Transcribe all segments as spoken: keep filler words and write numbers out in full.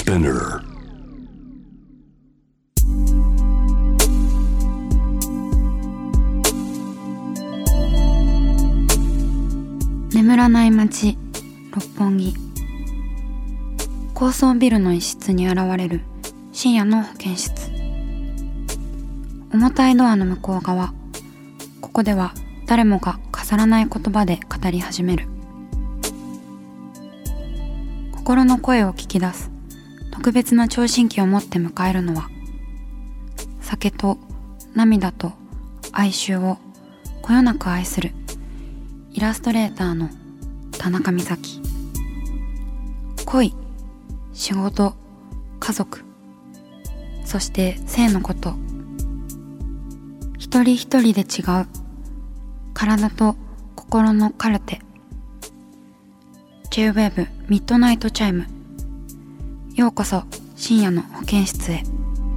Spinner。 眠らない街六本木。高層ビルの一室に現れる深夜の保健室。重たいドアの向こう側、ここでは誰もが飾らない言葉で語り始める。心の声を聞き出す特別な聴診器を持って迎えるのは、酒と涙と哀愁をこよなく愛するイラストレーターの田中美咲。恋、仕事、家族、そして性のこと、一人一人で違う体と心のカルテ。 J-ウェーブ ミッドナイトチャイム。ようこそ深夜の保健室へ。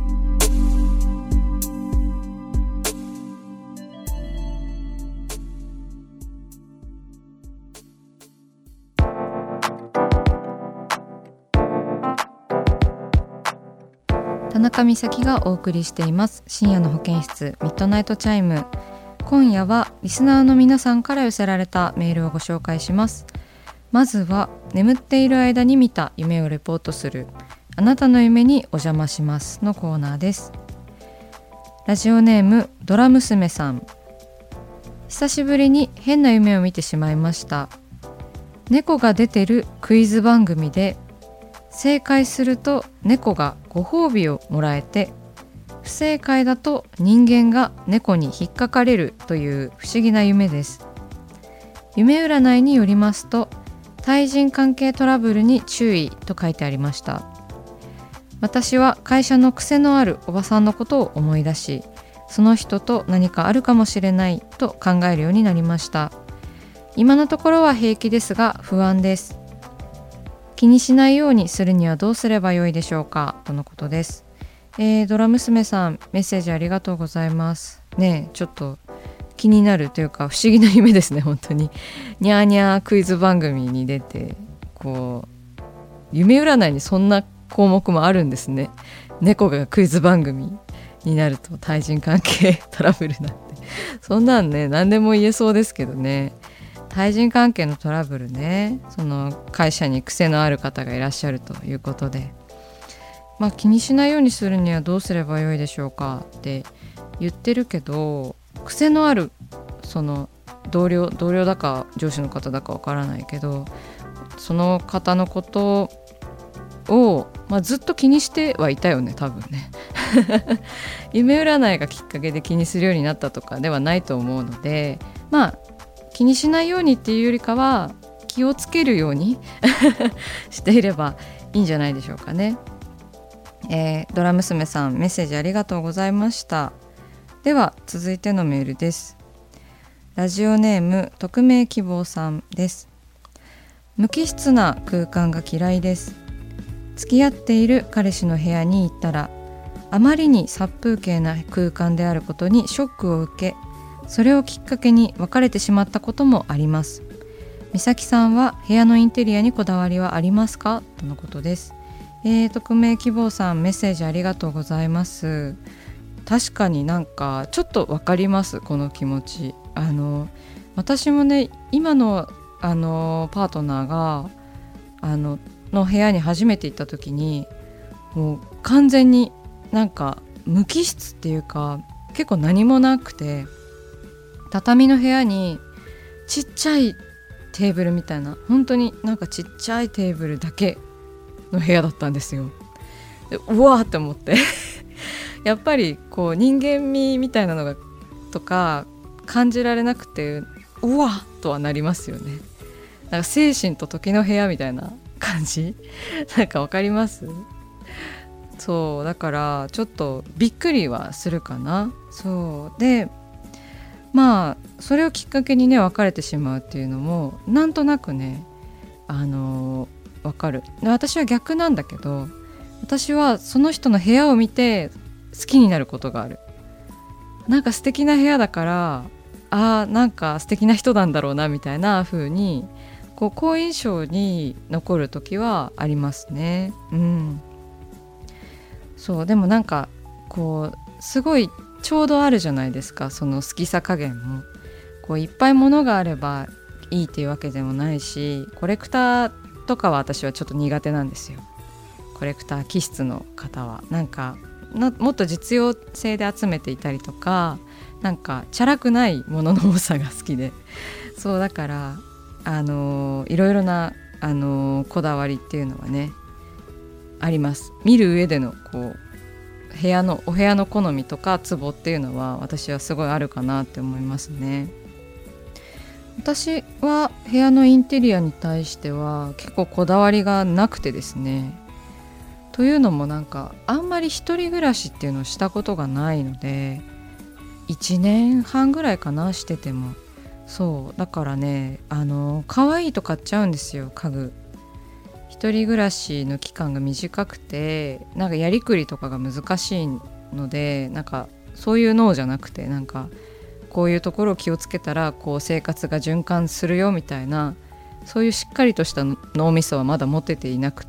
田中美咲がお送りしています深夜の保健室ミッドナイトチャイム。今夜はリスナーの皆さんから寄せられたメールをご紹介します。まずは眠っている間に見た夢をレポートするあなたの夢にお邪魔しますのコーナーです。ラジオネームドラ娘さん。久しぶりに変な夢を見てしまいました。猫が出てるクイズ番組で正解すると猫がご褒美をもらえて、不正解だと人間が猫に引っかかれるという不思議な夢です。夢占いによりますと、対人関係トラブルに注意と書いてありました。私は会社の癖のあるおばさんのことを思い出し、その人と何かあるかもしれないと考えるようになりました。今のところは平気ですが不安です。気にしないようにするにはどうすればよいでしょうか、とのことです。えー、ドラ娘さん、メッセージありがとうございますね。えちょっと気になるというか不思議な夢ですね。本当にニャーニャークイズ番組に出て、こう夢占いにそんな項目もあるんですね。猫がクイズ番組になると対人関係トラブルなんて、そんなんね何でも言えそうですけどね。対人関係のトラブルね、その会社に癖のある方がいらっしゃるということで、まあ気にしないようにするにはどうすればよいでしょうかって言ってるけど、癖のあるその同僚同僚だか上司の方だかわからないけど、その方のことを、まあ、ずっと気にしてはいたよね、多分ね夢占いがきっかけで気にするようになったとかではないと思うので、まあ気にしないようにっていうよりかは気をつけるようにしていればいいんじゃないでしょうかね。えー、ドラ娘さん、メッセージありがとうございました。では続いてのメールです。ラジオネーム匿名希望さんです。無機質な空間が嫌いです。付き合っている彼氏の部屋に行ったら、あまりに殺風景な空間であることにショックを受け、それをきっかけに別れてしまったこともあります。美咲さんは部屋のインテリアにこだわりはありますか、とのことです。えー、匿名希望さん、メッセージありがとうございます。確かになんかちょっとわかります、この気持ち。あの私もね、今のあのパートナーがあのの部屋に初めて行った時に、もう完全になんか無機質っていうか、結構何もなくて、畳の部屋にちっちゃいテーブルみたいな、本当になんかちっちゃいテーブルだけの部屋だったんですよ。でうわーって思ってやっぱりこう人間味みたいなのがとか感じられなくて、うわーとはなりますよね。なんか精神と時の部屋みたいな感じなんかわかります？そうだからちょっとびっくりはするかな。そうで、まあそれをきっかけにね別れてしまうっていうのもなんとなくね、あのー、わかる。私は逆なんだけど、私はその人の部屋を見て好きになることがある。なんか素敵な部屋だから、あーなんか素敵な人なんだろうなみたいな風にこう好印象に残る時はありますね。うん。 そうでもなんかこうすごいちょうどあるじゃないですか、その好きさ加減も。こういっぱい物があればいいっていうわけでもないし、コレクターとかは私はちょっと苦手なんですよ。コレクター気質の方はなんかなもっと実用性で集めていたりとか、なんかチャラくないものの多さが好きで、そうだからあのー、いろいろな、あのー、こだわりっていうのはねあります。見る上でのこう部屋のお部屋の好みとかツボっていうのは私はすごいあるかなって思いますね。私は部屋のインテリアに対しては結構こだわりがなくてですね、というのもなんかあんまり一人暮らしっていうのをしたことがないので、いちねんはんぐらいかな、してても。そうだからね、あの可愛いと買っちゃうんですよ、家具。一人暮らしの期間が短くて、なんかやりくりとかが難しいので、なんかそういう脳じゃなくて、なんかこういうところを気をつけたらこう生活が循環するよみたいな、そういうしっかりとした脳みそはまだ持てていなくって、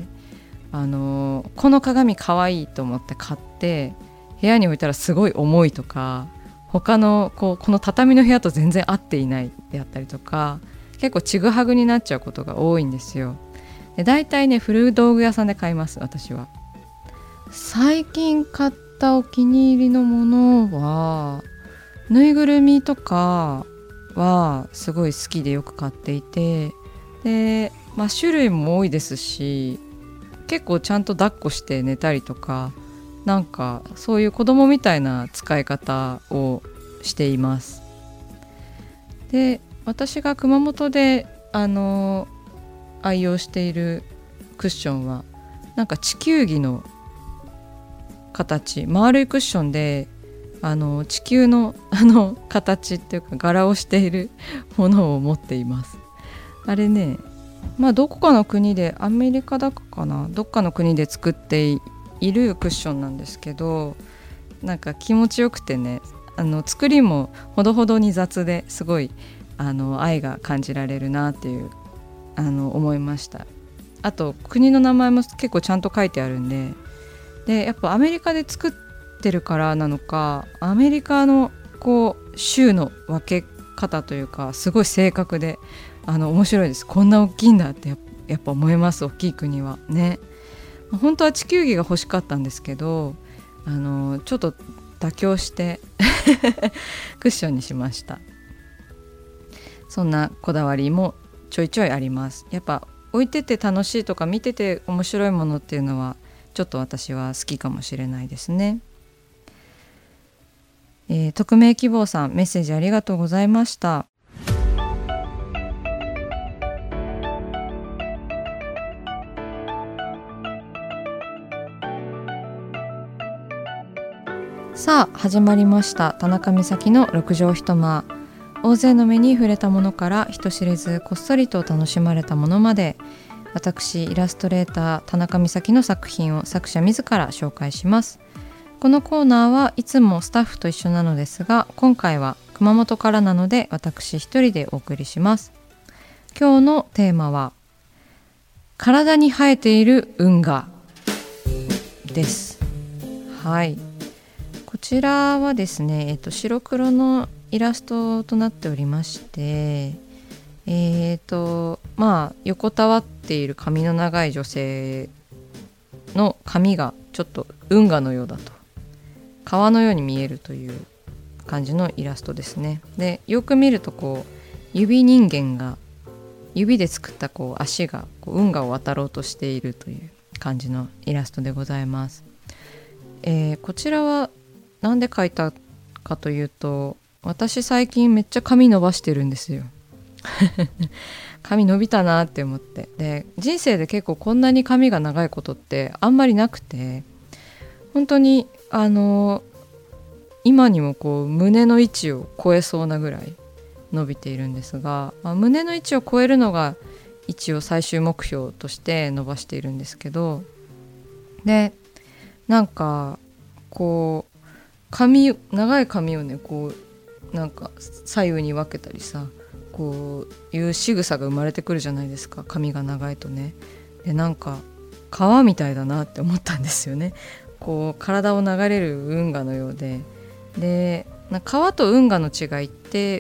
あのこの鏡かわいいと思って買って部屋に置いたらすごい重いとか、他のこうこの畳の部屋と全然合っていないであったりとか、結構ちぐはぐになっちゃうことが多いんですよ。で大体ね古道具屋さんで買います、私は。最近買ったお気に入りのものはぬいぐるみとかはすごい好きでよく買っていて、で、まあ、種類も多いですし、結構ちゃんと抱っこして寝たりとか、なんかそういう子供みたいな使い方をしています。で私が熊本であの愛用しているクッションはなんか地球儀の形、丸いクッションであの地球のあの形っていうか柄をしているものを持っています。あれね、まあどこかの国で、アメリカだかな、どっかの国で作っているクッションなんですけど、なんか気持ちよくてね、あの作りもほどほどに雑ですごいあの愛が感じられるなっていうあの思いました。あと国の名前も結構ちゃんと書いてあるんで、でやっぱアメリカで作ってるからなのか、アメリカのこう州の分け方というかすごい正確で、あの面白いです。こんな大きいんだってやっぱ、やっぱ思います。大きい国はね。本当は地球儀が欲しかったんですけど、あのちょっと妥協してクッションにしました。そんなこだわりもちょいちょいあります。やっぱ置いてて楽しいとか見てて面白いものっていうのはちょっと私は好きかもしれないですね。えー、匿名希望さん、メッセージありがとうございました。さあ始まりました、田中美咲の六畳一間。大勢の目に触れたものから人知れずこっそりと楽しまれたものまで、私イラストレーター田中美咲の作品を作者自ら紹介します。このコーナーはいつもスタッフと一緒なのですが、今回は熊本からなので私一人でお送りします。今日のテーマは体に生えている運河です。はい、こちらはですね、えっと、白黒のイラストとなっておりまして、えーとまあ横たわっている髪の長い女性の髪がちょっと運河のようだと、川のように見えるという感じのイラストですね。でよく見るとこう指人間が指で作ったこう足がこう運河を渡ろうとしているという感じのイラストでございます。えー、こちらはなんで描いたかというと、私最近めっちゃ髪伸ばしてるんですよ髪伸びたなって思って、で人生で結構こんなに髪が長いことってあんまりなくて、本当にあの今にもこう胸の位置を超えそうなぐらい伸びているんですが、まあ、胸の位置を超えるのが一応最終目標として伸ばしているんですけど、でなんかこう髪長い髪をねこうなんか左右に分けたりさ、こういう仕草が生まれてくるじゃないですか、髪が長いとね。でなんか川みたいだなって思ったんですよね。 こう体を流れる運河のようで、で川と運河の違いって、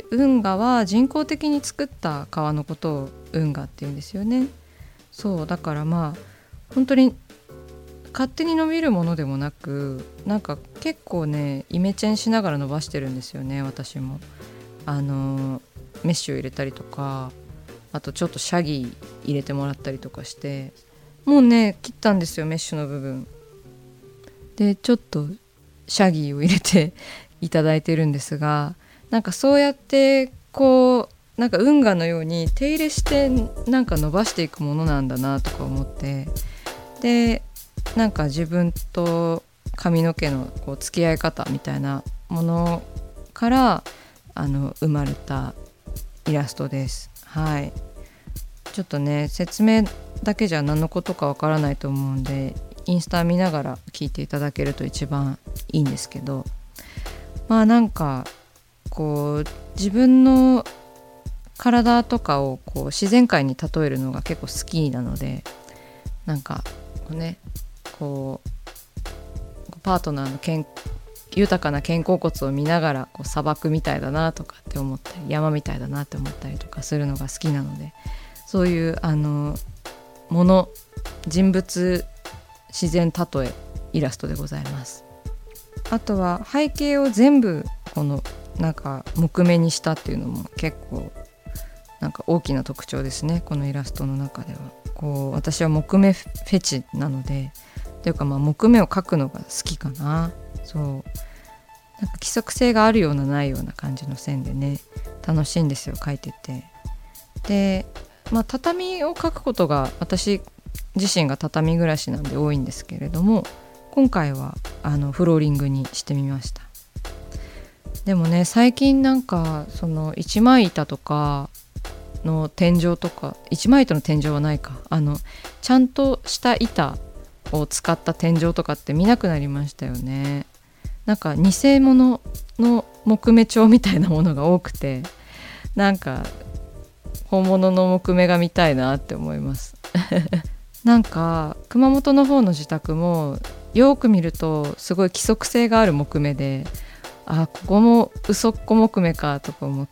運河は人工的に作った川のことを運河っていうんですよね。そうだからまあ本当に勝手に伸びるものでもなく、なんか結構ねイメチェンしながら伸ばしてるんですよね。私もあのメッシュを入れたりとか、あとちょっとシャギ入れてもらったりとかして、もうね切ったんですよ、メッシュの部分でちょっとシャギを入れていただいてるんですが、なんかそうやってこうなんか運河のように手入れしてなんか伸ばしていくものなんだなとか思って、でなんか自分と髪の毛のこう付き合い方みたいなものからあの生まれたイラストです。はい、ちょっとね説明だけじゃ何のことかわからないと思うんで、インスタ見ながら聞いていただけると一番いいんですけど、まあなんかこう自分の体とかをこう自然界に例えるのが結構好きなので、なんかこうねこうパートナーの健豊かな肩甲骨を見ながらこう砂漠みたいだなとかって思ったり、山みたいだなって思ったりとかするのが好きなので、そういうあのもの人物自然例えイラストでございます。あとは背景を全部このなんか木目にしたっていうのも結構なんか大きな特徴ですね、このイラストの中では。こう私は木目フェチなので、というかまあ木目を描くのが好きかな。そうなんか規則性があるようなないような感じの線でね楽しいんですよ、描いてて。で、まあ、畳を描くことが私自身が畳暮らしなんで多いんですけれども、今回はあのフローリングにしてみました。でもね最近なんかその一枚板とかの天井とか、一枚板の天井はないか、あのちゃんとした板を使った天井とかって見なくなりましたよね。なんか偽物の木目調みたいなものが多くて、なんか本物の木目が見たいなって思いますなんか熊本の方の自宅もよく見るとすごい規則性がある木目で、あここも嘘っこ木目かとか思って、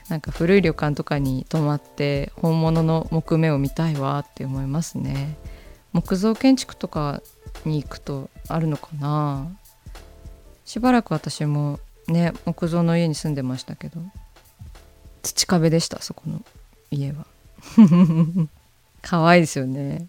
なんか古い旅館とかに泊まって本物の木目を見たいわって思いますね。木造建築とかに行くとあるのかな。しばらく私もね木造の家に住んでましたけど、土壁でした、そこの家は可愛いですよね。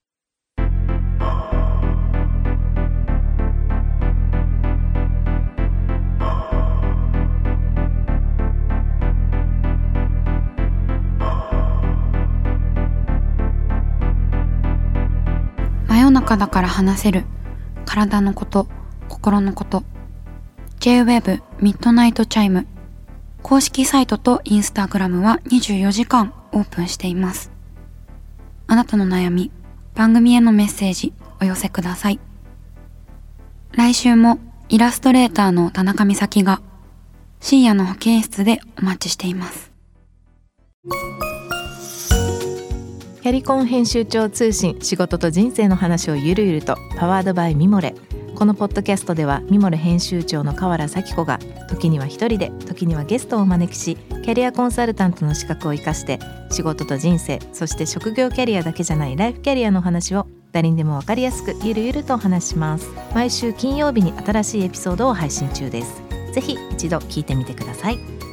真夜中だから話せる体のこと、心のこと。 J-Web ミッドナイトチャイム公式サイトとインスタグラムはにじゅうよじかんオープンしています。あなたの悩み、番組へのメッセージお寄せください。来週もイラストレーターの田中美咲が深夜の保健室でお待ちしています。 キャリコン編集長通信、仕事と人生の話をゆるゆると、パワードバイミモレ。このポッドキャストではミモレ編集長の河原咲子が時には一人で時にはゲストをお招きし、キャリアコンサルタントの資格を生かして仕事と人生、そして職業キャリアだけじゃないライフキャリアの話を誰にでも分かりやすくゆるゆるとお話します。毎週金曜日に新しいエピソードを配信中です。ぜひ一度聞いてみてください。